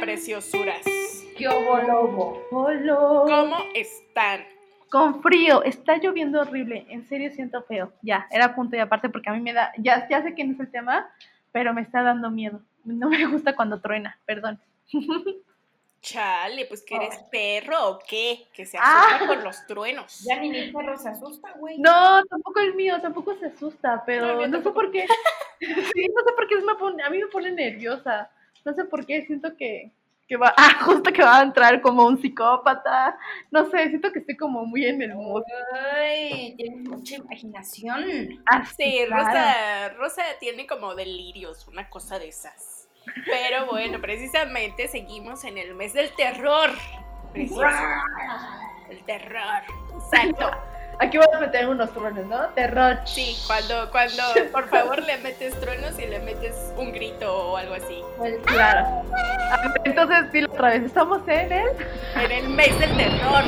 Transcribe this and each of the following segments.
preciosuras. ¡Qué lobo! Hola. ¿Cómo están? Con frío, está lloviendo horrible, en serio siento feo. Ya, era punto y aparte porque a mí me da, ya sé quién es el tema, pero me está dando miedo. No me gusta cuando truena, perdón. Chale, pues que eres perro o qué, que se asusta por los truenos. Ya ni mi perro se asusta, güey. No, tampoco el mío, tampoco se asusta, pero No, no sé por qué. Sí, no sé por qué a mí me pone nerviosa. No sé por qué, siento que va, justo que va a entrar como un psicópata. No sé, siento que estoy como muy en el mood. Ay, tienes mucha imaginación. Sí, claro. Rosa tiene como delirios, una cosa de esas. Pero bueno, precisamente seguimos en el mes del terror. Precioso. El terror. Exacto. Aquí vamos a meter unos truenos, ¿no? Terror. Sí, cuando por favor le metes truenos y le metes un grito o algo así. Pues claro. A ver, entonces dilo otra vez, estamos en el mes del terror.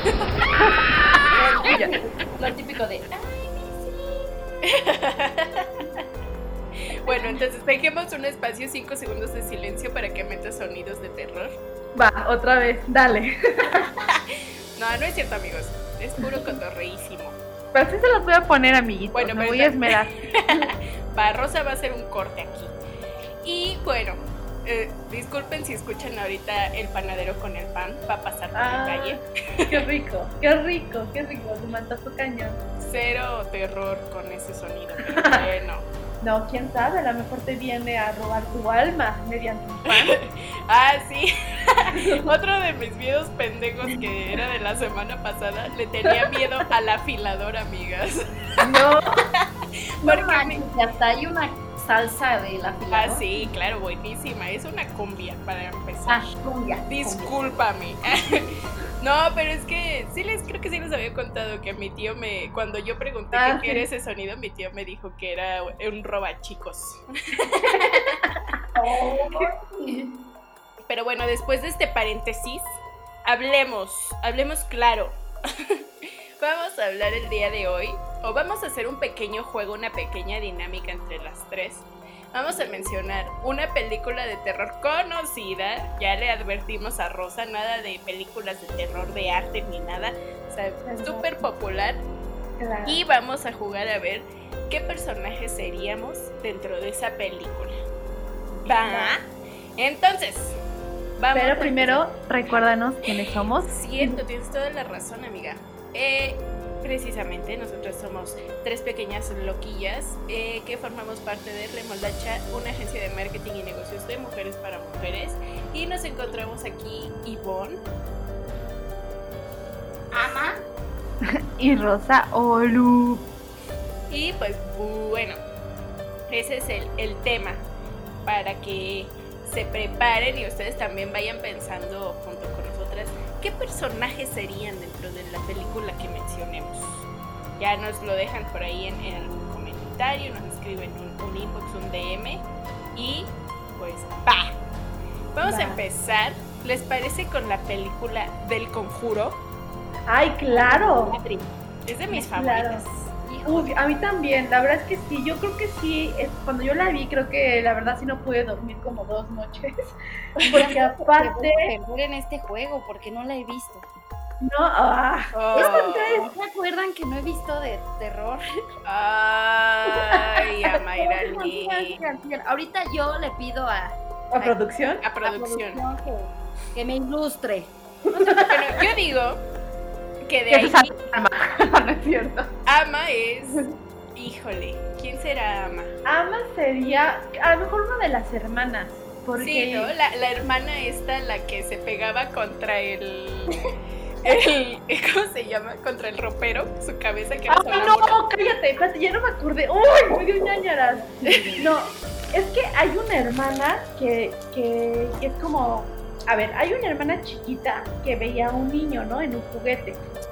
Lo típico de Bueno, entonces dejemos un espacio 5 segundos de silencio para que metas sonidos de terror. Va, otra vez, dale. No es cierto, amigos. Es puro cotorreísimo. Pero sí se los voy a poner, amiguitos. Bueno, me voy a esmerar. Rosa va a hacer un corte aquí. Y bueno, disculpen si escuchan ahorita el panadero con el pan. Va a pasar por la calle. Qué rico, qué rico, qué rico. Se me antojó cañón. Cero terror con ese sonido, pero bueno. No, quién sabe, a lo mejor te viene a robar tu alma mediante un pan. Sí. Otro de mis miedos pendejos que era de la semana pasada, le tenía miedo al afilador, amigas. No. Porque hasta hay una salsa del afilador. Sí, claro, buenísima. Es una cumbia para empezar. Cumbia. Discúlpame. No, pero es que creo que sí les había contado que mi tío cuando yo pregunté qué era ese sonido, mi tío me dijo que era un robachicos. Pero bueno, después de este paréntesis, hablemos claro. Vamos a hablar el día de hoy, o vamos a hacer un pequeño juego, una pequeña dinámica entre las tres. Vamos a mencionar una película de terror conocida. Ya le advertimos a Rosa, nada de películas de terror de arte ni nada. O sea, súper popular. Claro. Y vamos a jugar a ver qué personajes seríamos dentro de esa película. ¿Va? Entonces, vamos. Pero primero, recuérdanos quiénes somos. Cierto, tienes toda la razón, amiga. Precisamente, nosotros somos tres pequeñas loquillas que formamos parte de Remoldacha, una agencia de marketing y negocios de mujeres para mujeres. Y nos encontramos aquí Ivonne, Ama y Rosa Olu. Y pues bueno, ese es el tema para que se preparen y ustedes también vayan pensando junto con nosotras qué personajes serían dentro de la película que mencionemos. Ya nos lo dejan por ahí en algún comentario, nos escriben un inbox, un DM y pues va. Vamos a empezar, ¿les parece con la película del Conjuro? ¡Ay, claro! Es de mis favoritas. Uy, a mí también, la verdad es que sí, yo creo que sí, cuando yo la vi, creo que la verdad sí no pude dormir como 2 noches, porque aparte... en este juego, porque no la he visto. No, ¿Ustedes se acuerdan que no he visto de terror? Ay, Amairani. Ahorita yo le pido ¿A producción? A producción. Que me ilustre. Bueno, yo digo que de ahí no es cierto. Ama es... Híjole, ¿quién será Ama? Ama sería a lo mejor una de las hermanas. Porque... Sí, ¿no? La hermana esta, la que se pegaba contra el ¿cómo se llama? Contra el ropero, su cabeza que era no, cállate, ya no me acordé. Uy, me dio ñañaras. No, es que hay una hermana que es como... A ver, hay una hermana chiquita que veía a un niño, ¿no? En un juguete.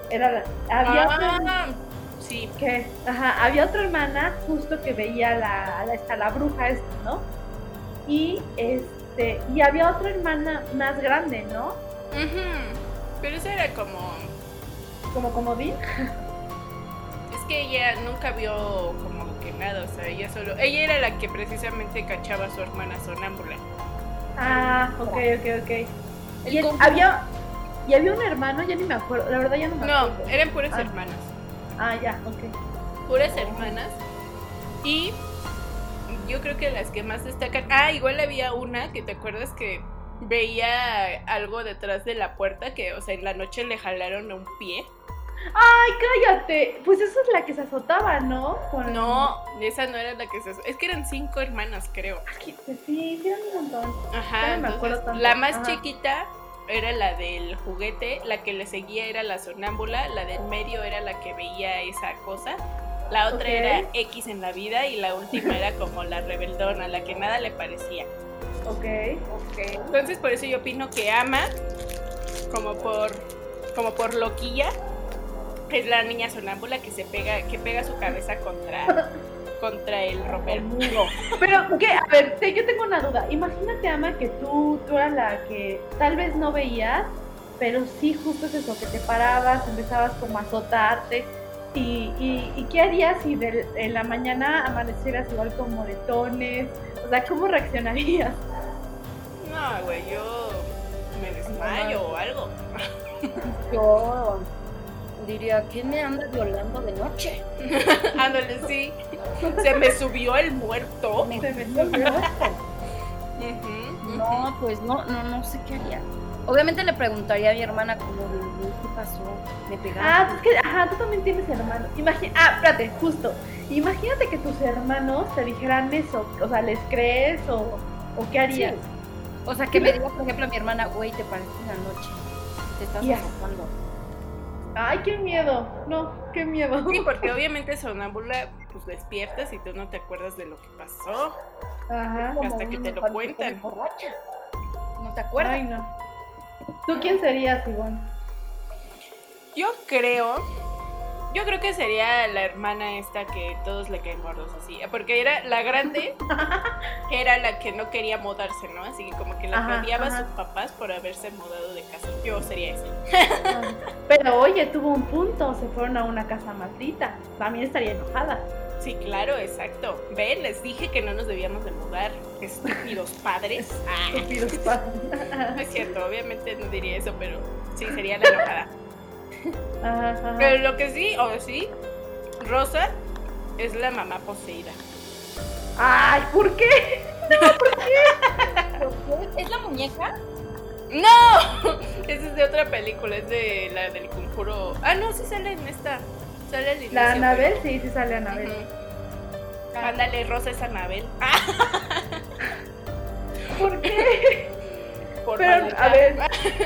Sí. Había otra hermana justo que veía la bruja esta, ¿no? Y había otra hermana más grande, ¿no? Pero esa era como comodín. Es que ella nunca vio como que nada, o sea, ella era la que precisamente cachaba a su hermana sonámbula. Ah, ok. Y El había un hermano, ya ni me acuerdo, la verdad ya no me acuerdo. No, eran puras hermanas. Ah, ya, ok. Puras hermanas. Y yo creo que las que más destacan. Igual había una que te acuerdas que veía algo detrás de la puerta que, o sea, en la noche le jalaron a un pie. ¡Ay, cállate! Pues esa es la que se azotaba, ¿no? No, esa no era la que se... Es que eran 5 hermanas, creo. Sí, eran un montón. Ajá, Ya no me acuerdo entonces, tanto. la más Ajá. chiquita era la del juguete, la que le seguía era la sonámbula, la del medio era la que veía esa cosa, la otra Ok. era X en la vida y la última era como la rebeldona, la que nada le parecía. Ok. Entonces por eso yo opino que Ama, como por loquilla, es la niña sonámbula que pega su cabeza contra el ropero. Pero, ¿qué? A ver, yo tengo una duda. Imagínate, Ama, que tú eras la que tal vez no veías, pero sí justo es eso, que te parabas, empezabas como a azotarte. ¿Y qué harías si en la mañana amanecieras igual con moretones? O sea, ¿cómo reaccionarías? No, güey, yo me desmayo o algo. Yo diría, ¿quién me anda violando de noche? Ándale, sí. Se me subió el muerto. Me- Se me subió. Ujú. No, pues no sé qué haría. Obviamente le preguntaría a mi hermana como de qué pasó, me pegaron. Es que, tú también tienes hermanos. Espérate, justo. Imagínate que tus hermanos te dijeran eso. O sea, ¿les crees o qué harías? Sí. O sea, que me diga, por ejemplo, a mi hermana, güey, te parece en la noche, te estás Ya. azotando. Ay, qué miedo. No, qué miedo. Sí, porque obviamente sonámbula, pues despiertas y tú no te acuerdas de lo que pasó. Ajá. Hasta que te lo cuentan. ¿No te acuerdas? Ay, no. ¿Tú quién serías, Ivonne? Yo creo que sería la hermana esta que todos le caen gordos así. Porque era la grande, era la que no quería mudarse, ¿no? Así que como que la odiaba a sus papás por haberse mudado de casa. Yo sería esa. Pero oye, tuvo un punto, se fueron a una casa maldita. También estaría enojada. Sí, claro, exacto. Ven, les dije que no nos debíamos de mudar. Estúpidos padres. Estúpidos padres. No es cierto, obviamente no diría eso, pero sí, sería la enojada. Ajá. Pero lo que sí, Rosa es la mamá poseída. Ay, ¿por qué? ¿Es la muñeca? ¡No! Esa es de otra película, es de la del Conjuro. No, sí sale en esta. Sale al inicio. La Anabel, pero... sí sale Anabel. Ujú. Ándale, Rosa es Anabel. ¿Por qué? Por Pero, maldita. a ver.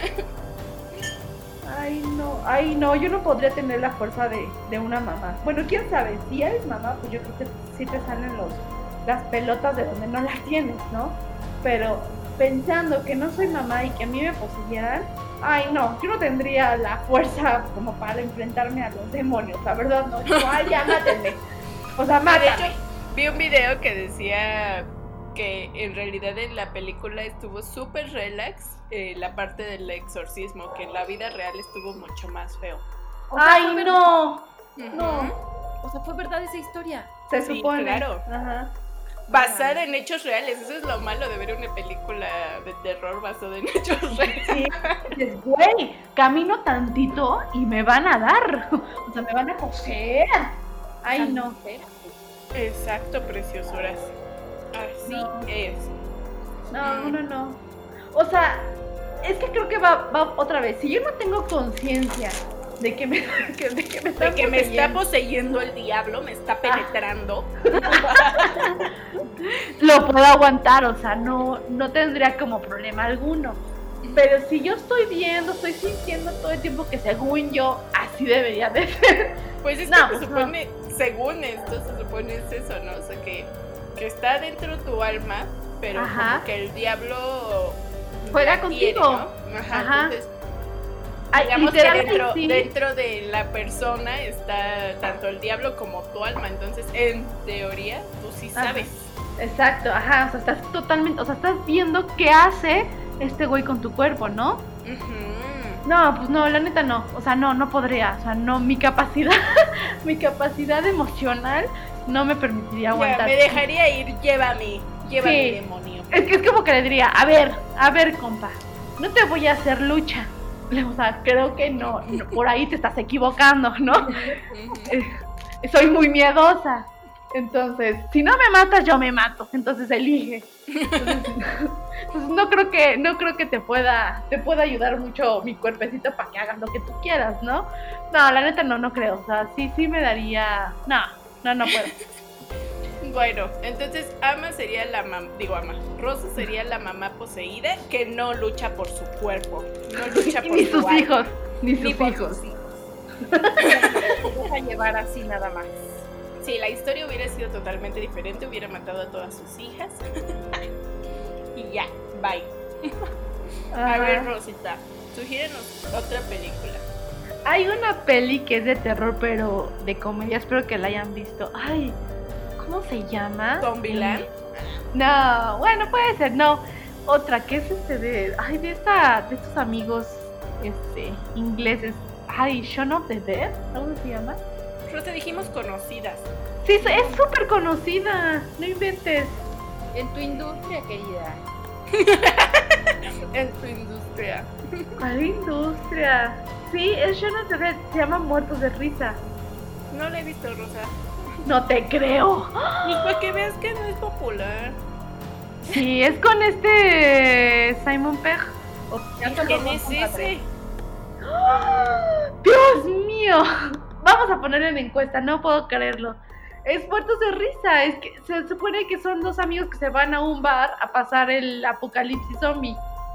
Ay, no, yo no podría tener la fuerza de una mamá. Bueno, quién sabe, si eres mamá, pues yo creo que sí te salen las pelotas de donde no las tienes, ¿no? Pero pensando que no soy mamá y que a mí me poseyeran, ay, no, yo no tendría la fuerza como para enfrentarme a los demonios, la verdad, no. Ya, mátenme. O sea, De mátame. hecho, vi un video que decía que en realidad en la película estuvo súper relax la parte del exorcismo, que en la vida real estuvo mucho más feo. O sea, Ay, fue no. Ujú. No. O sea, fue verdad esa historia. Se Sí, supone. claro. Ajá. Basada en hechos reales, eso es lo malo de ver una película de terror basada en hechos reales. Sí, dices, güey, camino tantito y me van a dar. O sea, me van a coser. Ay, no. Exacto, preciosuras. Así No. es. No. O sea, es que creo que va otra vez. Si yo no tengo conciencia de que me De que me está poseyendo el diablo, me está penetrando. lo puedo aguantar, o sea, no tendría como problema alguno. Pero si yo estoy sintiendo todo el tiempo que según yo así debería de ser. Pues es No, que pues se supone, según esto, se supone es eso, ¿no? O sea, que está dentro tu alma, pero Ajá. como que el diablo Juega la contigo. quiere, ¿no? Ajá. Entonces, Ay, digamos que literal, sí. dentro de la persona está tanto el diablo como tu alma. Entonces, en teoría, tú sí Ajá. sabes. Exacto, ajá, o sea, estás totalmente, o sea, estás viendo qué hace este güey con tu cuerpo, ¿no? Ujú. No, pues no, la neta no, o sea, no podría, o sea, no, mi capacidad emocional no me permitiría Ya, aguantar. me dejaría ir, llévame. Llévame, Sí. demonio. Es que es como que le diría, a ver, compa, no te voy a hacer lucha. O sea, creo que no, por ahí te estás equivocando, ¿no? Ujú. Soy muy miedosa. Entonces, si no me matas, yo me mato. Entonces elige. Entonces no creo que te pueda ayudar mucho mi cuerpecito para que hagas lo que tú quieras, ¿no? No, la neta no creo. O sea, sí me daría. No puedo. Bueno, entonces Ama sería la Rosa sería la mamá poseída que no lucha por su cuerpo, no lucha por Ni su sus alma, hijos, ni ni sus por hijos. sus hijos. Se deja llevar así nada más. Si la historia hubiera sido totalmente diferente, hubiera matado a todas sus hijas. Y ya, bye. A ver, Rosita, sugiérenos otra película. Hay una peli que es de terror, pero de comedia. Espero que la hayan visto. Ay, ¿cómo se llama? Zombieland. No, bueno, puede ser, no. Otra que es de estos amigos ingleses. Ay, Shaun of the Dead, ¿cómo se llama? Rosa, dijimos conocidas. Sí, es súper conocida, no inventes. En tu industria, querida. En tu industria. ¿Cuál industria? Sí, es Shaun of the Dead, se llama Muertos de Risa. No la he visto, Rosa. No te creo. Pues para que veas que no es popular. Sí, es con Simon Pegg. ¿Quién es ese? ¡Dios mío! Vamos a ponerlo en encuesta, no puedo creerlo. Es Muertos de Risa, es que se supone que son dos amigos que se van a un bar a pasar el apocalipsis zombie.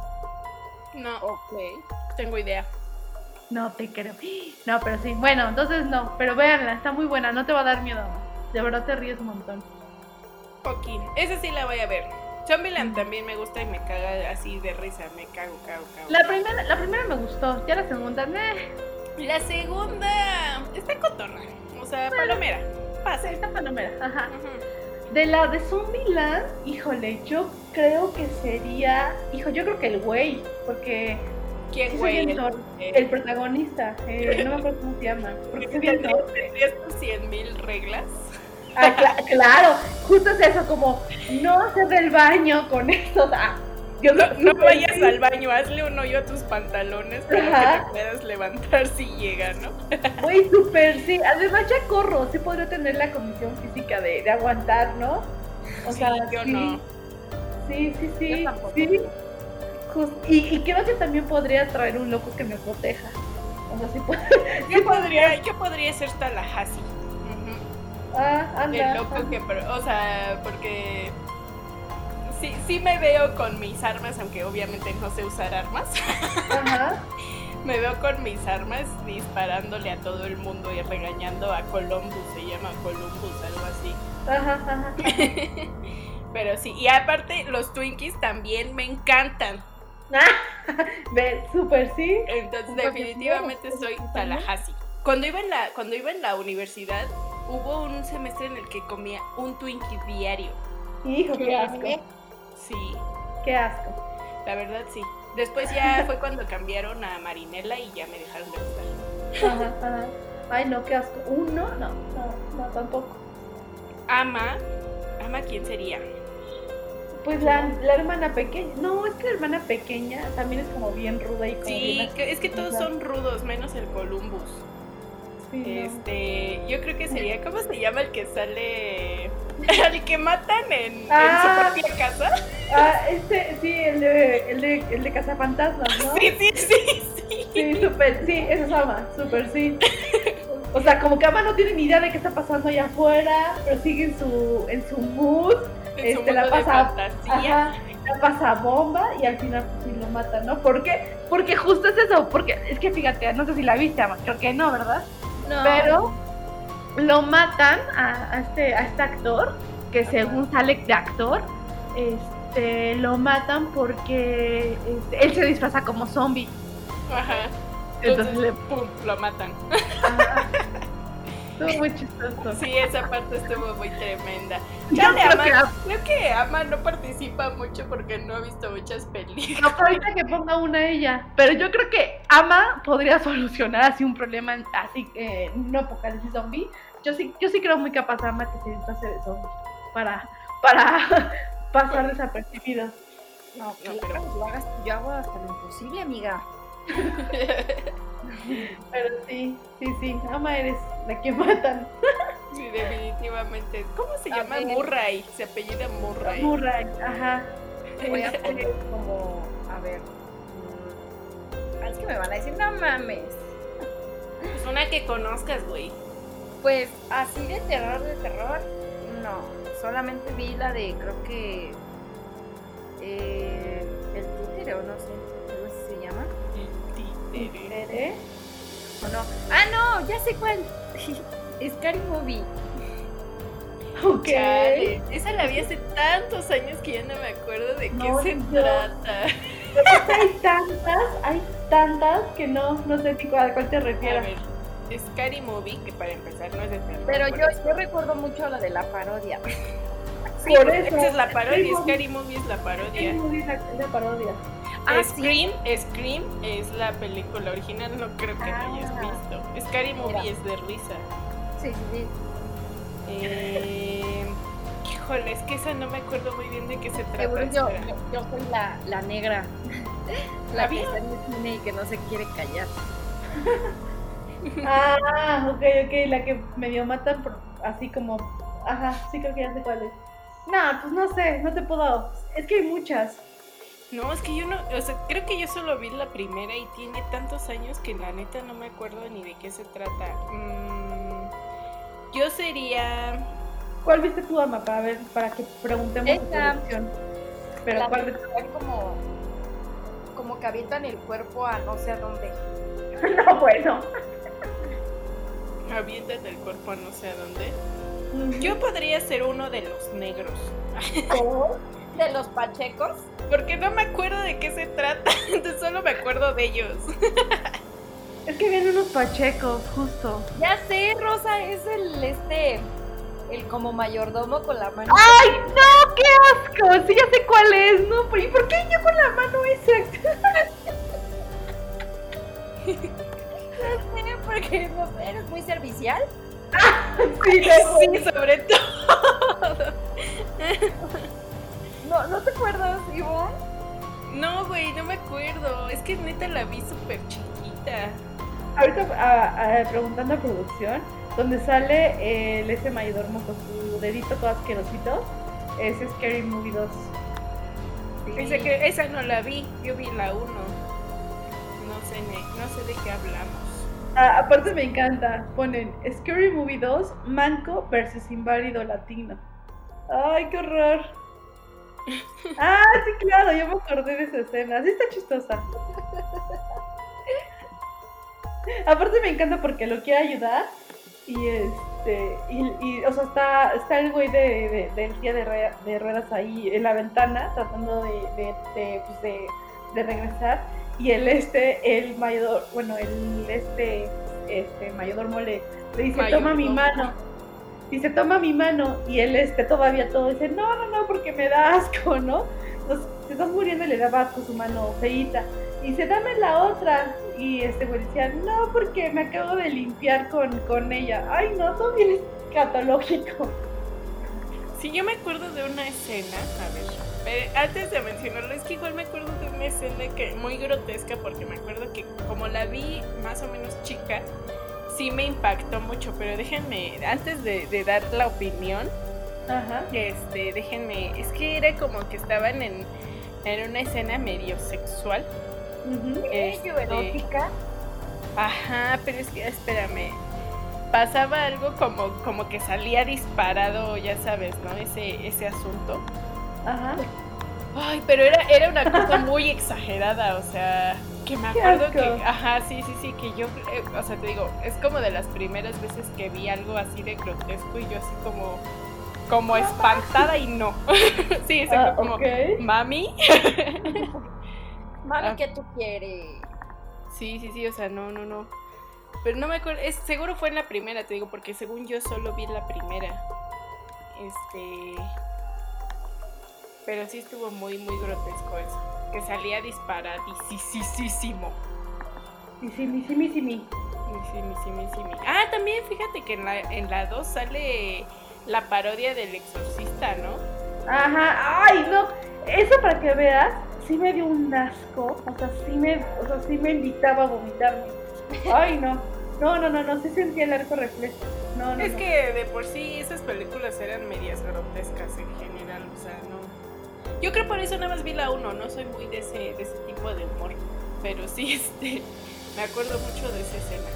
No, Ok. tengo idea. No te creo. No, pero sí. Bueno, entonces no, pero véanla, está muy buena, no te va a dar miedo. De verdad te ríes un montón. Joaquín, esa sí la voy a ver. Zombieland también me gusta y me caga así de risa, me cago. La primera me gustó, ya la segunda, La segunda está cotorra, o sea, palomera, pasa. esta palomera, ajá. Ujú. De la de Zombieland, híjole, yo creo que sería, yo creo que el güey, porque ¿Quién, sí soy güey? bien torpe. El protagonista, no me acuerdo cómo se llama, porque soy bien torpe. ¿Tendrías tus 100,000 reglas? Ah, claro, justo es eso, como no hacer del baño con esto, No vayas al baño, hazle un hoyo a tus pantalones para Ajá. que te puedas levantar si llega, ¿no? Güey, súper, sí. Además ya corro, sí podría tener la condición física de aguantar, ¿no? O Sí, sea, yo sí. no. Sí. Yo tampoco. Sí. Y creo que también podría traer un loco que me proteja. O sea, sí puede. Yo podría ser Tallahassee. Ujú. Anda. El loco que, o sea, porque sí me veo con mis armas, aunque obviamente no sé usar armas. Ajá. Me veo con mis armas disparándole a todo el mundo y regañando a Columbus, se llama Columbus, algo así. Ajá. Pero sí, y aparte los Twinkies también me encantan. Ve, súper, sí. Entonces definitivamente soy Tallahassee. Cuando iba en la universidad, hubo un semestre en el que comía un Twinkie diario. Hijo, qué asco. Sí, Qué asco. la verdad sí. Después ya fue cuando cambiaron a Marinela y ya me dejaron de gustar. Ajá. Ay, no, qué asco. ¿Uno? No, tampoco. Ama, ¿quién sería? Pues la hermana pequeña. No, es que la hermana pequeña también es como bien ruda y como Sí, bien es que todos son rudos, menos el Columbus. Sí, no. Yo creo que sería, ¿cómo se llama el que sale? El que matan en Ah. su propia casa. Sí, el de Cazafantasmas, ¿no? Sí. Sí, súper, sí, eso es Ama, súper, sí. O sea, como que Ama no tiene ni idea de qué está pasando allá afuera, pero sigue en su mood, En su la mundo de pasa, fantasía. ajá, la pasa bomba y al final pues sí lo matan, ¿no? ¿Por qué? Porque justo es eso, porque es que fíjate, no sé si la viste, Ama, creo que no, ¿verdad? No. Pero lo matan a este actor, que según sale de actor, lo matan porque él se disfraza como zombie. Ajá. Entonces pum, lo matan. Estuvo muy chistoso. Sí, esa parte estuvo muy tremenda. Yo Chale, creo creo que Ama no participa mucho porque no ha visto muchas películas. No, pero ahorita que ponga una ella. Pero yo creo que Ama podría solucionar así un problema así, no apocalipsis zombie. Yo sí creo muy capaz Ama que se disfrace de zombie. pasar desapercibidos. No, No, claro, pero- yo hago hasta lo imposible, amiga. Pero sí, Ama eres la que matan. Sí, definitivamente. ¿Cómo se A llama? ver. Murray. Se apellida Murray. Murray, ajá. Voy a poner como, a ver. Es que me van a decir, no mames. Pues una que conozcas, güey. Pues así de terror, no. Solamente vi la de, creo que. El títere, o no sé. ¿Cómo se llama? El títere. ¿Eh? ¿O no? ¡Ah, no! Ya sé cuál. Scary Movie. Ok. Chale, esa la vi hace tantos años que ya no me acuerdo de qué No, se yo- trata. Hay tantas que no sé ni a cuál te A refieres. ver, Scary Movie, que para empezar no es de terror. Pero por yo eso. recuerdo mucho la de la parodia. Sí, Por pues, eso. esa es la parodia, Scary Scary Movie es la Scary parodia. Movie es la parodia. Ah, Scream es la película original, no creo que la hayas Ah. visto. Scary Movie Mira. es de risa. Sí, sí, sí. Híjole, es que esa no me acuerdo muy bien de qué se trata. Seguro yo espera. soy la negra. La que ¿Había? está en el cine y que no se quiere callar. Ah, ok, la que medio matan así como. Ajá, sí creo que ya sé cuál es. No, pues no sé, no te puedo. Es que hay muchas. No, es que yo no, o sea, creo que yo solo vi la primera y tiene tantos años que la neta no me acuerdo ni de qué se trata. Yo sería... ¿Cuál viste tú, Ama? Para ver, para que preguntemos a Esa. producción. Pero La ¿cuál que de traen como que avientan el cuerpo a no sé a dónde. No, bueno. Avientan el cuerpo a no sé a dónde. Ujú. Yo podría ser uno de los negros. De los pachecos. Porque no me acuerdo de qué se trata. Entonces solo me acuerdo de ellos. Es que vienen unos pachecos, justo. Ya sé, Rosa, es el como mayordomo con la mano. ¡Ay, no! ¡Qué asco! Sí, ya sé cuál es, ¿no? ¿Y por qué yo con la mano esa? Ya sé, porque no sé, eres muy servicial. Sí, Sí, sobre todo. ¿No te acuerdas, Ivonne? No, güey, no me acuerdo. Es que neta la vi súper chiquita. Ahorita preguntando a producción, donde sale ese mayordomo con su dedito todo asquerosito, es Scary Movie 2. Sí. Esa no la vi, yo vi la 1. No sé de qué hablamos. Aparte me encanta, ponen Scary Movie 2, Manco versus Inválido Latino. ¡Ay, qué horror! Sí, claro, yo me acordé de esa escena, sí está chistosa. Aparte me encanta porque lo quiere ayudar y o sea, está el güey del silla de ruedas ahí en la ventana tratando de regresar y el mayor, bueno, mayordomo le dice, toma mi mano. Dice, toma mi mano, y él todavía todo dice, no, porque me da asco, ¿no? Entonces, te estás muriendo y le daba asco su mano feíta. Y dice, dame la otra. Y güey decía, no, porque me acabo de limpiar con ella. Ay, no, todo bien escatológico. Sí, yo me acuerdo de una escena, a ver, antes de mencionarlo, es que igual me acuerdo de una escena que muy grotesca, porque me acuerdo que como la vi más o menos chica, sí me impactó mucho, pero déjenme, antes de dar la opinión, Ajá. déjenme, es que era como que estaban en una escena medio sexual. Ujú. Medio erótica. Ajá, pero es que, espérame, pasaba algo como que salía disparado, ya sabes, ¿no? Ese asunto. Ajá. Ay, pero era una cosa muy exagerada, o sea, que me acuerdo asco. que, ajá, sí, que yo, o sea, te digo, es como de las primeras veces que vi algo así de grotesco y yo así como espantada y no. Sí, exacto, como, Ok. mami. Mami, ¿qué tú quieres? Sí, o sea, no. Pero no me acuerdo, seguro fue en la primera, te digo, porque según yo solo vi la primera. Pero sí estuvo muy, muy grotesco eso. Que salía disparadísimo. Y sí. Ah, también fíjate que en la 2 sale la parodia del exorcista, ¿no? Ajá, ay, no. Eso para que veas, sí me dio un asco. O sea, sí me invitaba a vomitarme. Ay, no. No, sí sentía el arco reflejo. No. Es que de por sí esas películas eran medias grotescas en general, o sea, no. Yo creo por eso nada más vi la 1, no soy muy de ese tipo de humor. Pero sí, me acuerdo mucho de esa escena.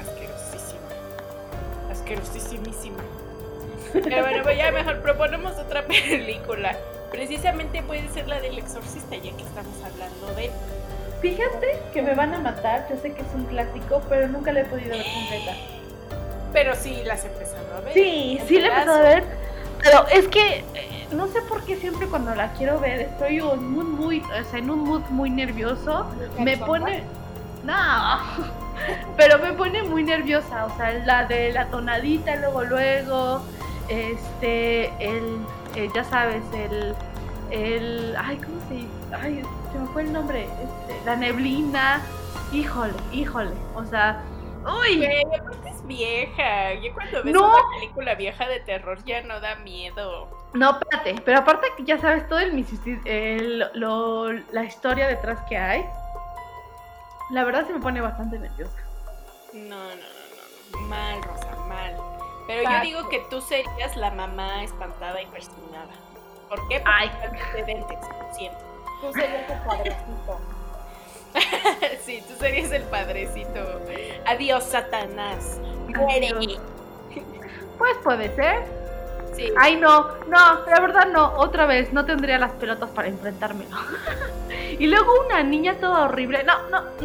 Asquerosísima. Pero bueno, pues ya mejor proponemos otra película. Precisamente puede ser la del Exorcista, ya que estamos hablando de... Fíjate que me van a matar, yo sé que es un clásico, pero nunca la he podido ver completa. Pero sí las he empezado a ver. Sí la he empezado a ver, pero es que no sé por qué siempre cuando la quiero ver estoy en un mood muy nervioso. Me pone... No, pero me pone muy nerviosa, o sea, la de la tonadita, luego, ya sabes, ay, ¿cómo se dice? Ay, se me fue el nombre, la neblina, híjole, o sea, uy. Aparte es vieja, ya cuando ves No. una película vieja de terror ya no da miedo. No, espérate, pero aparte que ya sabes todo la historia detrás que hay, la verdad se me pone bastante nerviosa. No, mal, Rosa, mal. Pero Exacto. yo digo que tú serías la mamá espantada y persignada. ¿Por qué? Porque Ay. te dentes, lo siento. Tú serías el padrecito. Sí, tú serías el padrecito. Adiós, Satanás. Adiós. Pues puede ser. Sí. Ay, no, la verdad no, otra vez, no tendría las pelotas para enfrentármelo. Y luego una niña toda horrible. No.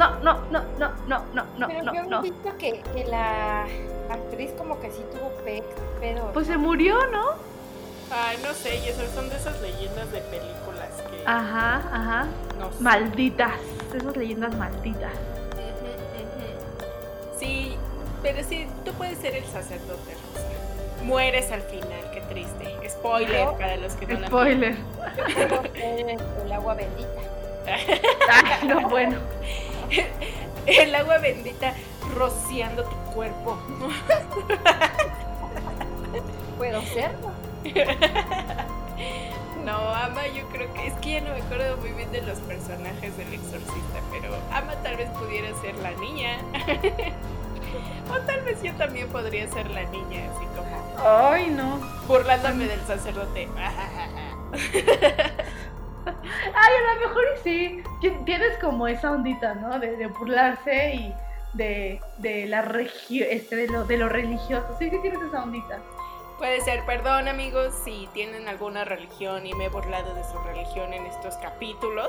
Pero yo he visto que la actriz como que sí tuvo pedo. Pues se murió, ¿no? Ay, no sé, y esas son de esas leyendas de películas que... Ajá. No sé. Malditas, esas leyendas malditas. Ujú. Sí, pero sí, tú puedes ser el sacerdote, Rosa. Mueres al final, qué triste. Spoiler ¿No? para los que no Spoiler. El agua bendita. Ay, no, bueno. El agua bendita rociando tu cuerpo. ¿Puedo serlo? No, Ama, yo creo que... Es que ya no me acuerdo muy bien de los personajes del Exorcista, pero Ama tal vez pudiera ser la niña. O tal vez yo también podría ser la niña, así como... Ay, no. burlándome del sacerdote. Ay, a lo mejor y sí. Tienes como esa ondita, ¿no? De burlarse y de lo religioso. Sí que tienes esa ondita. Puede ser, perdón amigos si tienen alguna religión y me he burlado de su religión en estos capítulos.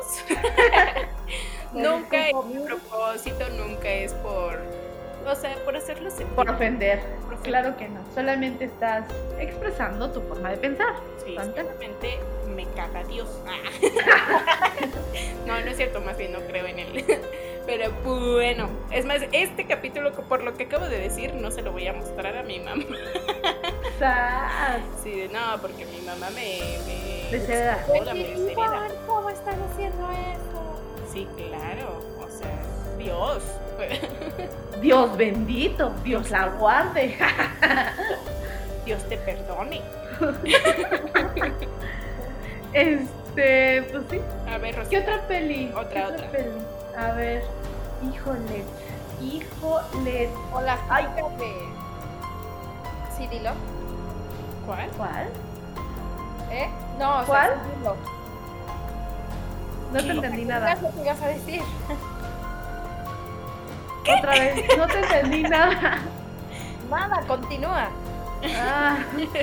Nunca es mi propósito, nunca es por hacerlo sentir. Por ofender. Claro que no. Solamente estás expresando tu forma de pensar. Sí, ¿Tanta? simplemente me caga Dios. No es cierto, más bien no creo en él. Pero bueno, es más, este capítulo, por lo que acabo de decir, no se lo voy a mostrar a mi mamá. ¡Sas! Sí, no, porque mi mamá me deshereda. ¿Cómo están haciendo eso? Sí, claro, o sea, Dios. Dios bendito, Dios la guarde. Dios te perdone. Pues sí. A ver, Rosita. ¿Qué otra peli? Otra. Peli? A ver, híjole. Hola, ay, sí, dilo. ¿Cuál? ¿Cuál? No, o sea, ¿Cuál? sí, dilo. No te entendí nada. ¿Qué es lo que ibas a decir? Otra vez, no te entendí nada. Nada, continúa. Ah,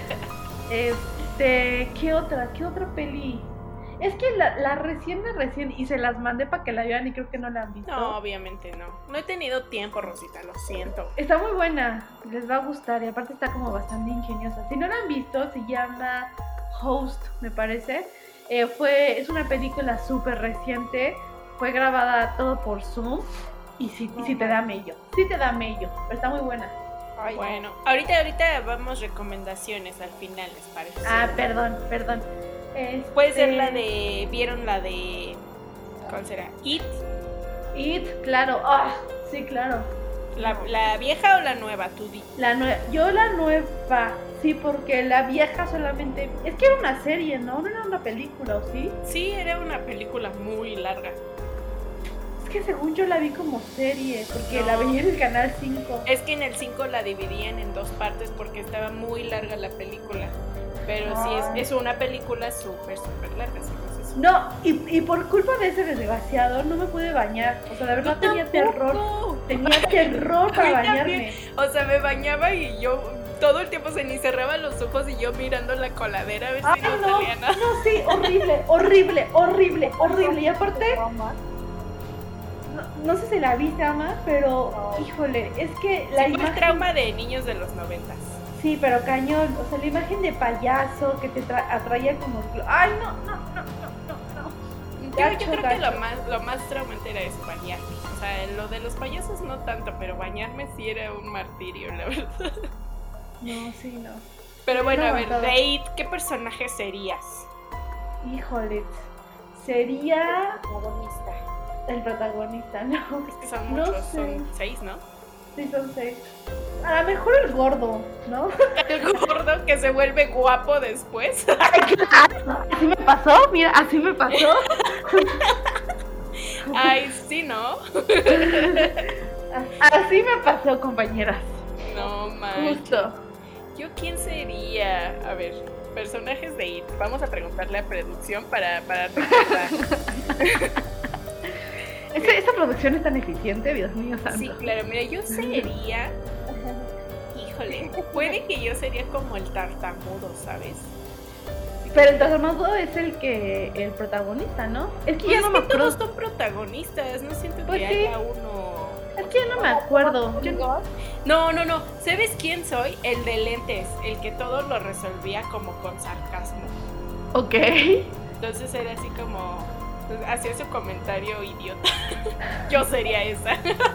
¿qué otra peli? Es que la recién y se las mandé para que la vean y creo que no la han visto. No, obviamente no. No he tenido tiempo, Rosita, lo siento. Está muy buena, les va a gustar y aparte está como bastante ingeniosa. Si no la han visto, se llama Host, me parece. Es una película súper reciente, fue grabada todo por Zoom y sí te da mello. Sí te da mello, pero está muy buena. Ay, Bueno, ahorita vamos recomendaciones al final, ¿les parece? Perdón. Puede ser ¿vieron la de... ¿cuál será? It. It, claro. Sí, claro. ¿La vieja o la nueva, tú di? Yo la nueva. Sí, porque la vieja solamente... Es que era una serie, ¿no? No era una película, ¿o sí? Sí, era una película muy larga. Es que según yo la vi como serie, porque No. la veía en el canal 5. Es que en el 5 la dividían en 2 partes porque estaba muy larga la película. Pero sí, es una película súper larga. ¿Sí? Entonces, No, y por culpa de ese desgraciado no me pude bañar. O sea, de verdad tenía terror. Tenía terror para A mí bañarme. O sea, me bañaba y yo todo el tiempo se ni cerraba los ojos y yo mirando la coladera a ver si no salía nada. No, sí, horrible. Y aparte, no sé si la viste, Ama, pero híjole, es que la Sí, fue imagen... el trauma de niños de los 90. Sí, pero cañón. O sea, la imagen de payaso que te atraía como... Ay, no. Yo Gacho, creo que gacho. lo más traumante era eso, bañarme. O sea, lo de los payasos no tanto, pero bañarme sí era un martirio, la verdad. No, sí, no. Pero bueno, No, a ver, todo. Date, ¿qué personaje serías? Híjole, sería Protagonista. el protagonista, ¿no? Es que son No muchos, sé. son 6, ¿no? Sí, son 6. A lo mejor el gordo, ¿no? El gordo que se vuelve guapo después. Así me pasó, mira, así me pasó. Ay, sí, ¿no? Así me pasó, compañeras. No, man. Justo. ¿Yo quién sería? A ver, personajes de IT. Vamos a preguntarle a producción para recordar. Esta producción es tan eficiente, Dios mío santo. Sí, claro, mira, yo sería... Híjole, puede que yo sería como el tartamudo, ¿sabes? Pero el tartamudo es el protagonista, ¿no? Es que Pues ya no me es que todos acuerdo. son protagonistas, no siento Pues que sí. haya uno... Es que ya no me acuerdo. Yo- No, ¿sabes quién soy? El de lentes, el que todo lo resolvía como con sarcasmo. Ok. Entonces era así como... hacía su comentario idiota. Yo sería esa.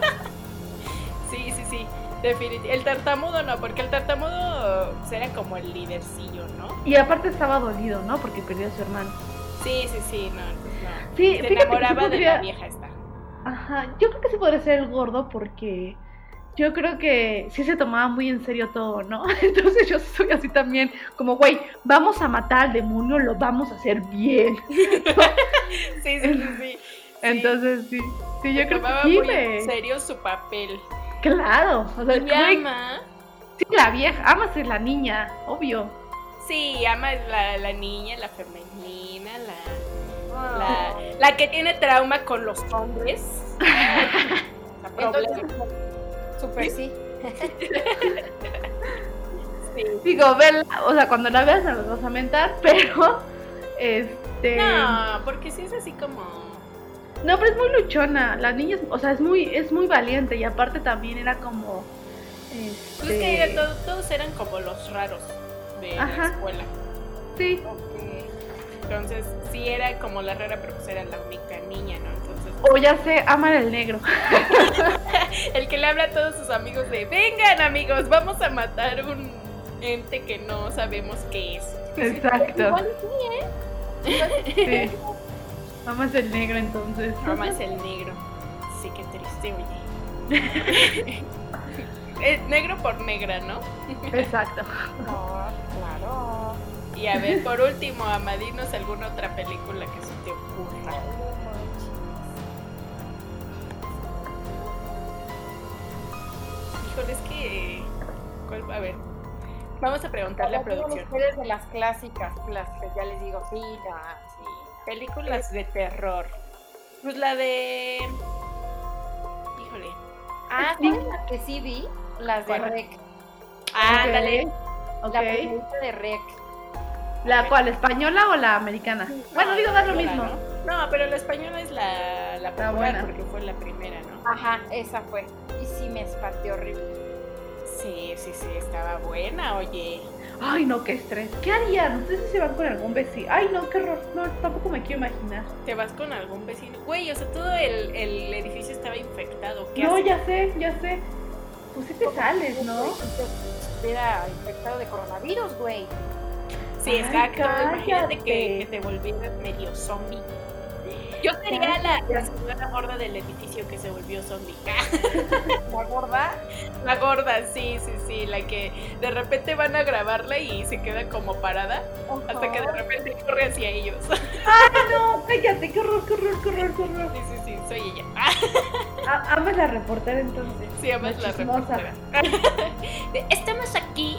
Sí. Definitivamente. El tartamudo no, porque el tartamudo era como el lidercillo, ¿no? Y aparte estaba dolido, ¿no? Porque perdió a su hermano. Sí, no, entonces no. Sí, Se fíjate que enamoraba sí de podría- la vieja esta. Ajá, yo creo que sí podría ser el gordo porque yo creo que sí se tomaba muy en serio todo, ¿no? Entonces yo soy así también, como, güey, vamos a matar al demonio, lo vamos a hacer bien. Sí. Entonces sí, yo Se creo que tomaba sí, muy en serio su papel. Claro, o sea, Y güey, ama. sí, la vieja, amas a la niña, obvio. Sí, ama la niña, la femenina, la que tiene trauma con los hombres. La problema. Súper sí. Sí. Digo, vela, o sea, cuando la veas nos vas a mentar, pero No, porque sí es así como... No, pero es muy luchona. La niña, o sea, es muy valiente y aparte también era como Pues es que todos eran como los raros de la Ajá. escuela. Sí, Entonces, sí era como la rara, pero pues era la única niña, ¿no? Entonces, o ya sé, aman el negro. el que le habla a todos sus amigos de, vengan amigos, vamos a matar un ente que no sabemos qué es. Exacto. Igual sí, Sí. Amas el negro entonces. Mamá es el negro. Sí, qué triste, oye. Es negro por negra, ¿no? Exacto. No, claro. Y a ver, por último, Ama, dinos alguna otra película que se te ocurra. Híjole, es que... A ver, vamos a preguntarle a producción. Ustedes de las clásicas, las que ya les digo, sí, no, sí. Películas de terror. Pues la de... Híjole. Ah, ¿sabes las que sí vi? Las de ¿Cuál? Rec. Ándale. Ok. La primerita de Rec. ¿La cual, española o la americana? Bueno, No, digo, la da lo española, mismo. ¿no? No, pero la española es la popular buena. porque fue la primera, ¿no? Ajá, esa fue. Y sí me espanté horrible. Sí, estaba buena, oye. Ay, no, qué estrés. ¿Qué harían? ¿Ustedes se van con algún vecino? Ay, no, qué horror. No, tampoco me quiero imaginar. Te vas con algún vecino. Güey, o sea, todo el edificio estaba infectado. ¿Qué No, haces? ya sé. Pues sí te sales, ¿no? Era infectado de coronavirus, güey. Sí, Ay, exacto. Imagínate cállate. que te volvieras medio zombie. Yo sería la señora gorda del edificio que se volvió zombie. ¿La gorda? La gorda, sí, la que de repente van a grabarla y se queda como parada hasta que de repente corre hacia ellos. No, cállate, qué horror. Sí, soy ella. Amas la reportera entonces. Sí, amas la chismosa. reportera. Estamos aquí.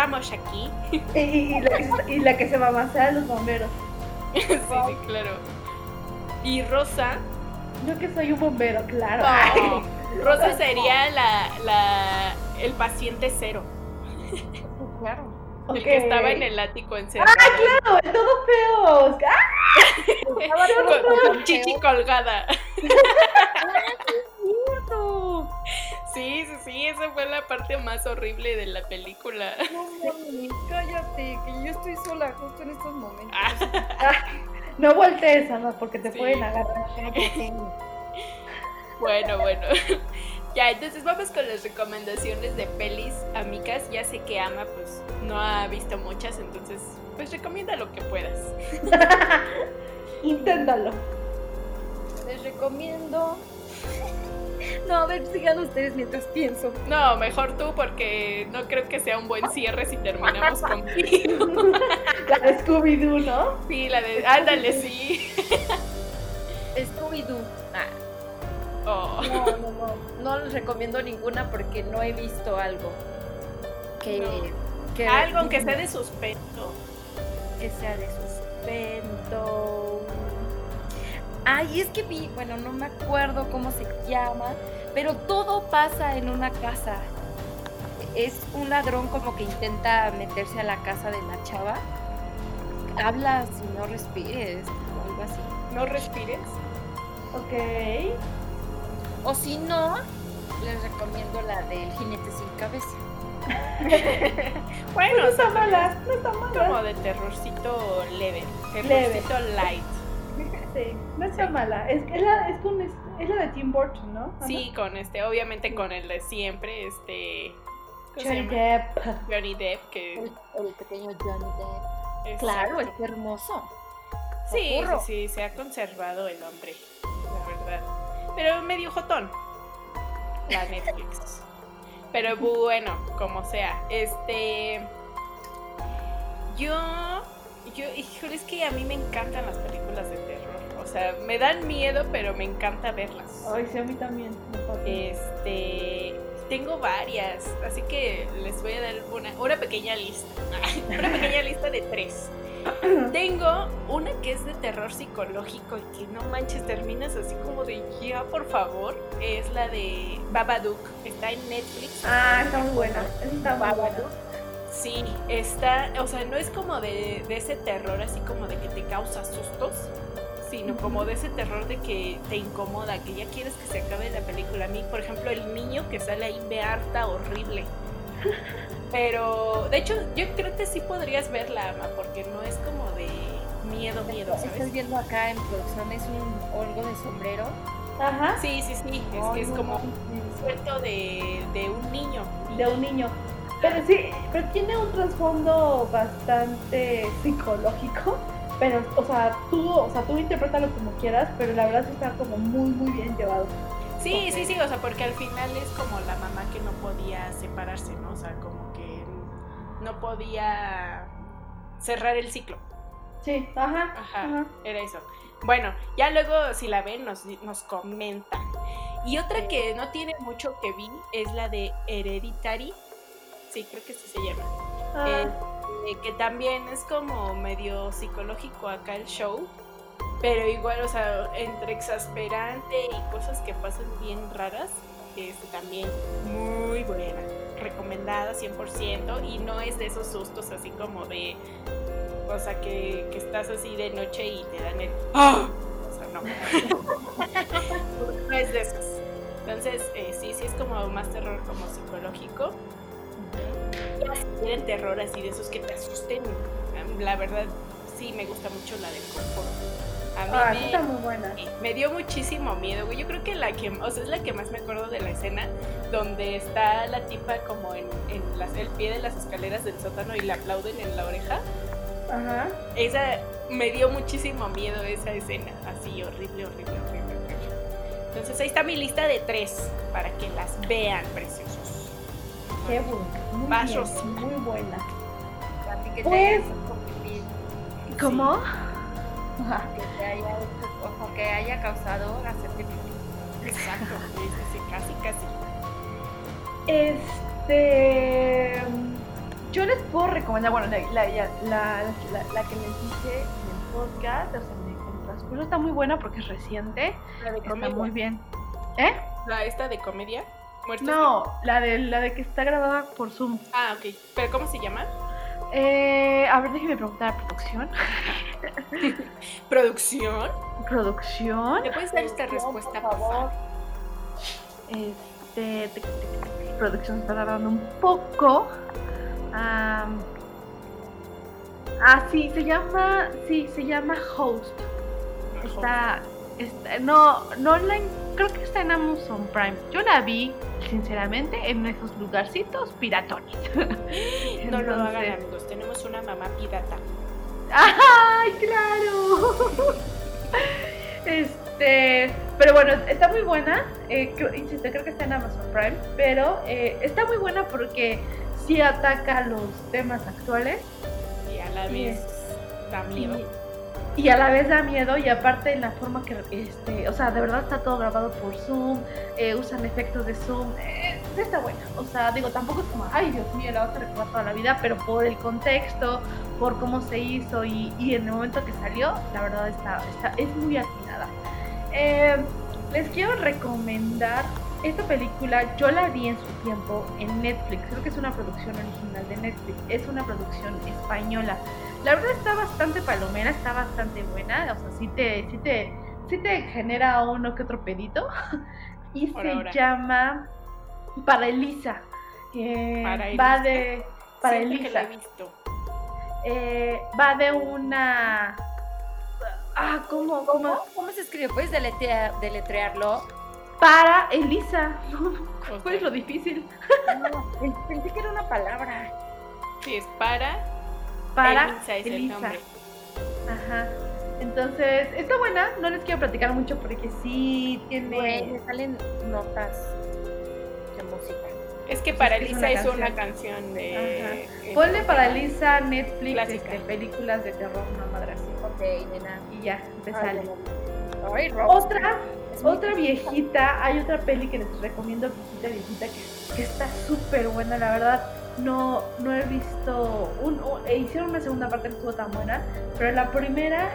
Y la que se mamacea a los bomberos. Sí, claro. Y Rosa. Yo que soy un bombero, claro. No, Rosa sería el paciente cero. Claro. El que estaba en el ático encerrado. Claro, el todo feo. Con chichi colgada. Sí, esa fue la parte más horrible de la película. No mames, cállate, que yo estoy sola justo en estos momentos. No voltees, Ana, porque te Sí. pueden agarrar. Bueno. Ya, entonces vamos con las recomendaciones de pelis, amigas. Ya sé que Ama pues no ha visto muchas, entonces pues recomienda lo que puedas. Inténtalo. Les recomiendo. No, a ver, sigan ustedes mientras pienso. No, mejor tú porque no creo que sea un buen cierre si terminamos contigo. La de Scooby-Doo, ¿no? Sí, la de... Ándale, sí. Scooby-Doo. Oh. No les recomiendo ninguna porque no he visto algo que Algo que sea de suspenso. que sea de suspenso. Ay, es que vi, bueno, no me acuerdo cómo se llama, pero todo pasa en una casa. Es un ladrón como que intenta meterse a la casa de la chava. Habla si no respires o algo así. ¿No respires? Ok. O si no, les recomiendo la del jinete sin cabeza. Bueno, No está o sea, mala, no está mala. como de terrorcito leve. Terrorcito light. Sí, no está mala. Es la de Tim Burton, ¿no? Ajá. Sí, con obviamente con el de siempre, ¿cómo se Johnny llama? Depp. Johnny Depp, que... El pequeño Johnny Depp. Exacto. Claro, es hermoso. Sí, se ha conservado el hombre, la verdad. Pero medio jotón, la Netflix. Pero bueno, como sea, híjole, es que a mí me encantan las películas de terror. O sea, me dan miedo, pero me encanta verlas. Ay, sí, a mí también. Me pasa. Tengo varias, así que les voy a dar una pequeña lista. Una pequeña lista de 3. Tengo una que es de terror psicológico y que no manches, terminas así como de ya, por favor. Es la de Babadook. Está en Netflix. Está muy buena. Está muy buena. Sí, está, o sea, no es como de ese terror así como de que te causa sustos, sino como de ese terror de que te incomoda, que ya quieres que se acabe la película. A mí, por ejemplo, el niño que sale ahí me harta horrible. Pero, de hecho, yo creo que sí podrías verla, Ama, porque no es como de miedo, Estoy ¿sabes? viendo acá en producción, es algo de sombrero. Ajá. Sí, es como un cuento de un niño. De un niño. Pero tiene un trasfondo bastante psicológico. Pero, o sea, tú interprétalo como quieras, pero la verdad sí está como muy, muy bien llevado. Sí, o sea, porque al final es como la mamá que no podía separarse, ¿no? O sea, como que no podía cerrar el ciclo. Sí, ajá. Era eso. Bueno, ya luego si la ven nos comentan. Y otra que no tiene mucho que vi es la de Hereditary. Sí, creo que así se llama. Que también es como medio psicológico acá el show. Pero igual, o sea, entre exasperante y cosas que pasan bien raras, también muy buena, recomendada 100%, y no es de esos sustos así como de, o sea, que estás así de noche y te dan el ¡ah! O sea, no. No es de esos. Entonces, sí es como más terror como psicológico. Ya si quieren terror así de esos que te asusten, la verdad sí me gusta mucho la del Conjuro. A mí está muy buena. Me dio muchísimo miedo, güey. Yo creo que es la que más me acuerdo de la escena donde está la tipa como en el pie de las escaleras del sótano y le aplauden en la oreja. Ajá. Esa me dio muchísimo miedo esa escena, así horrible. Entonces ahí está mi lista de 3 para que las vean, preciosos. Qué bueno. Muy Vas, bien, Rosy. muy buena. A ti que te Pues- haya hecho convivir, ¿Cómo? que haya causado hacerte pipí. Exacto, sí, casi. Yo les puedo recomendar, bueno, la que les dije en el podcast, o sea, en el transcurso está muy buena porque es reciente, La de está comedia. muy bien. ¿Eh? ¿La esta de comedia? ¿Muertos? No, la de que está grabada por Zoom. Ah, ok. ¿Pero cómo se llama? A ver, déjeme preguntar a producción. ¿Producción? ¿Producción? ¿Le puedes dar esta respuesta, por favor? Producción está tardando un poco. Sí, se llama Host. Creo que está en Amazon Prime. Yo la vi, sinceramente, en esos lugarcitos piratones. No lo hagan, Entonces- amigos. Tenemos una mamá pirata. ¡Ay, claro! Pero bueno, está muy buena. Insisto, creo que está en Amazon Prime. Pero está muy buena porque sí ataca los temas actuales. Y a la vez da miedo. Y a la vez da miedo. Y aparte en la forma que, o sea, de verdad está todo grabado por Zoom. Usan efectos de Zoom. Está buena. O sea, digo, tampoco es como, ay, Dios mío, la vas a recordar toda la vida. Pero por el contexto, por cómo se hizo y en el momento que salió, la verdad es muy atinada. Les quiero recomendar esta película. Yo la vi en su tiempo en Netflix. Creo que es una producción original de Netflix. Es una producción española. La verdad está bastante palomera, está bastante buena. O sea, sí te genera uno que otro pedito. Y Ahora. se llama Para Elisa. Va de Para Siempre que la Elisa. he visto. Va de una. ¿Cómo? ¿Cómo se escribe? ¿Puedes deletrearlo? Para Elisa. O ¿Cuál es sea, lo difícil? No, pensé que era una palabra. Sí, es para Elisa es el Elisa. nombre. Ajá. Entonces, está buena. No les quiero platicar mucho porque sí tiene. Güey, me salen notas de música. Es que para es que es Elisa una es una canción de... Ponle Para Elisa Netflix, Clásica. películas de terror, una madre así. Ok, nena. Y ya, te sale. Ay, Rob. Otra viejita, hay otra peli que les recomiendo, viejita, que está súper buena, la verdad. No he visto. Hicieron una segunda parte que estuvo tan buena, pero la primera,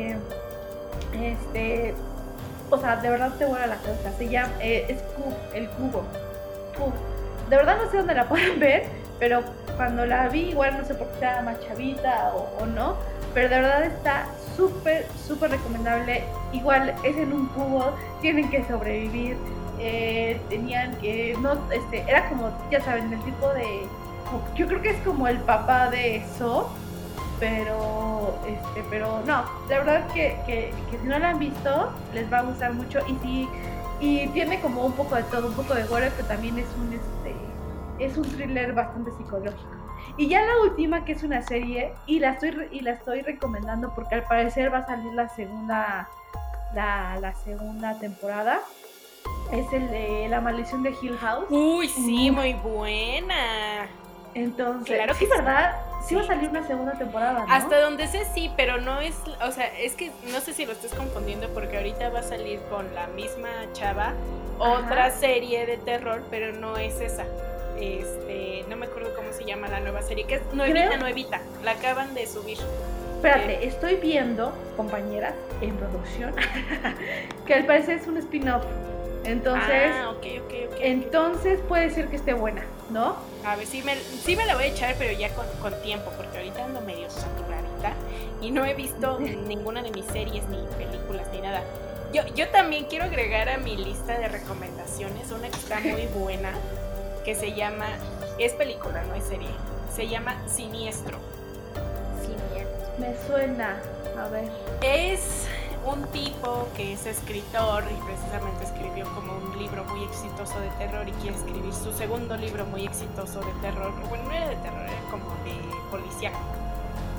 o sea, de verdad te vuela la cabeza. Se llama, es El Cubo. Cube. De verdad no sé dónde la pueden ver, pero cuando la vi, igual no sé por qué estaba más chavita o no, pero de verdad está súper recomendable. Igual es en un cubo, tienen que sobrevivir, tenían que, no, era como, ya saben, el tipo de, yo creo que es como el papá de So, pero no, la verdad que si no la han visto, les va a gustar mucho. Y tiene como un poco de todo, un poco de gore, pero también es un thriller bastante psicológico. Y ya la última, que es una serie, y la estoy recomendando porque al parecer va a salir la segunda temporada. Es el de La Maldición de Hill House. Uy, sí, muy buena. Entonces, Claro que sí, sí. ¿verdad? Sí va a salir una segunda temporada, ¿no? Hasta donde sé sí, pero no es, o sea, es que no sé si lo estés confundiendo porque ahorita va a salir con la misma chava otra Ajá. serie de terror, pero no es esa. No me acuerdo cómo se llama la nueva serie, que es nuevita, la acaban de subir. Espérate, estoy viendo, compañeras, en producción, que al parecer es un spin-off. Entonces, ok. entonces puede ser que esté buena, ¿no? A ver, sí me la voy a echar, pero ya con tiempo, porque ahorita ando medio saturadita y no he visto ninguna de mis series, ni películas, ni nada. Yo también quiero agregar a mi lista de recomendaciones una que está muy buena, que se llama, es película, no es serie, se llama Siniestro. Siniestro. Me suena, a ver. Es un tipo que es escritor y precisamente escribió como un libro muy exitoso de terror y quiere escribir su segundo libro muy exitoso de terror. Bueno, no era de terror, era como de policía.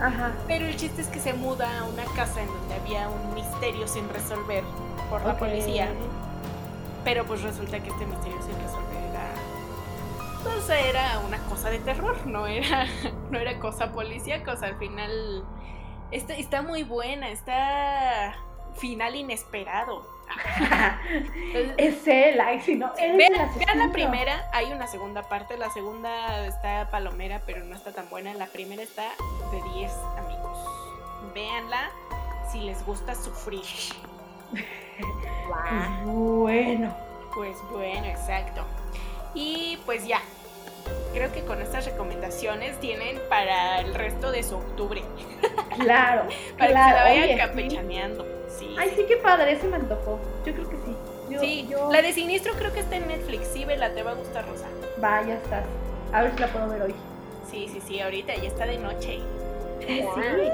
Ajá. Pero el chiste es que se muda a una casa en donde había un misterio sin resolver por la policía. Pero pues resulta que este misterio sin resolver era una cosa de terror, no era cosa policíaca. O sea, al final está muy buena, está final inesperado. Es él, ay, si no, él es el Vean asesino. la primera, hay una segunda parte, la segunda está palomera, pero no está tan buena. La primera está de 10, amigos. Véanla si les gusta sufrir. Pues bueno, exacto. Y pues ya, creo que con estas recomendaciones tienen para el resto de su octubre. Claro, Para que se la vayan oye, campechaneando. Sí, Ay, sí, qué padre, ese me antojó. Yo creo que sí. Yo... La de Siniestro creo que está en Netflix. Sí, vela, te va a gustar, Rosa. Va, ya estás. A ver si la puedo ver hoy. Sí, ahorita ya está de noche. Sí.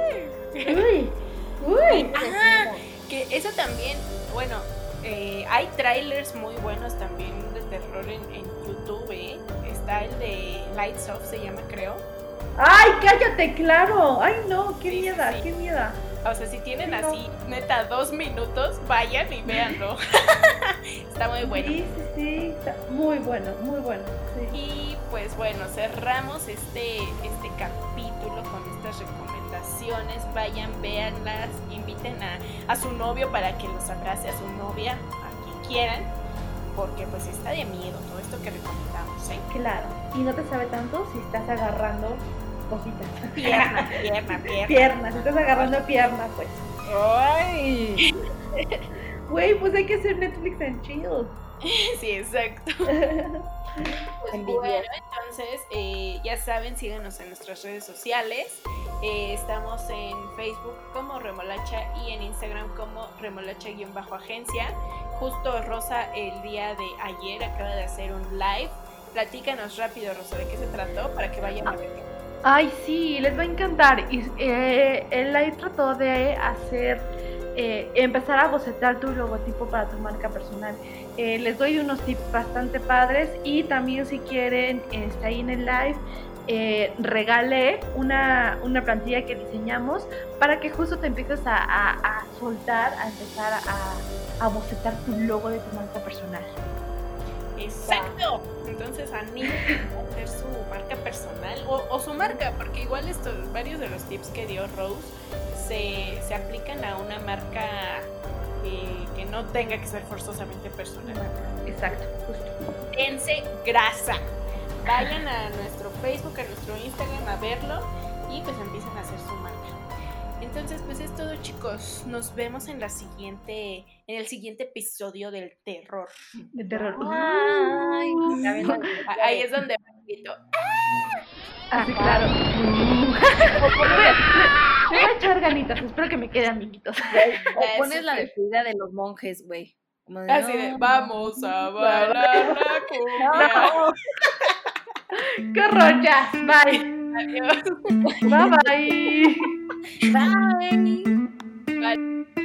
Uy. Ajá, que eso también, bueno, hay trailers muy buenos también de terror en YouTube, ¿eh? Está el de Lights Off, se llama, creo. Ay, cállate, claro. Ay, no, qué Sí, mierda, sí. qué mierda. O sea, si tienen así, neta, 2 minutos, vayan y véanlo. Está muy bueno. Sí, está muy bueno, sí. Y pues bueno, cerramos este capítulo con estas recomendaciones. Vayan, véanlas, inviten a su novio para que los abrace, a su novia, a quien quieran, porque pues está de miedo todo esto que recomendamos, ¿eh? Claro, y no te sabe tanto si estás agarrando cositas. Pierna. Piernas, si estás agarrando piernas, pues. ¡Ay! Güey, pues hay que hacer Netflix and chill. Sí, exacto. Pues bueno, entonces ya saben, síganos en nuestras redes sociales. Estamos en Facebook como Remolacha y en Instagram como Remolacha-agencia. Justo Rosa el día de ayer acaba de hacer un live. Platícanos rápido, Rosa, de qué se trató para que vayan a verlo. Ay, sí, les va a encantar. Y el live trató de hacer, empezar a bocetar tu logotipo para tu marca personal. Les doy unos tips bastante padres y también si quieren, ahí en el live, regalé una plantilla que diseñamos para que justo te empieces a soltar, a empezar a bocetar tu logo de tu marca personal. Exacto. Entonces anímense a hacer su marca personal o su marca, porque igual varios de los tips que dio Rose se aplican a una marca que no tenga que ser forzosamente personal. Exacto, justo. Dense grasa. Vayan a nuestro Facebook, a nuestro Instagram a verlo y pues empiecen a hacer su marca. Entonces, pues es todo, chicos. Nos vemos en el siguiente episodio del terror. De terror. Ay, Ahí es donde me grito. Así, claro. Me voy a echar ganitas, espero que me queden amiguitos. O pones la despedida de los monjes, güey. Como de, Así de, vamos a bailar la cumbia. ¡Qué horror! Ya, bye. Adiós. Bye bye. Bye. Bye.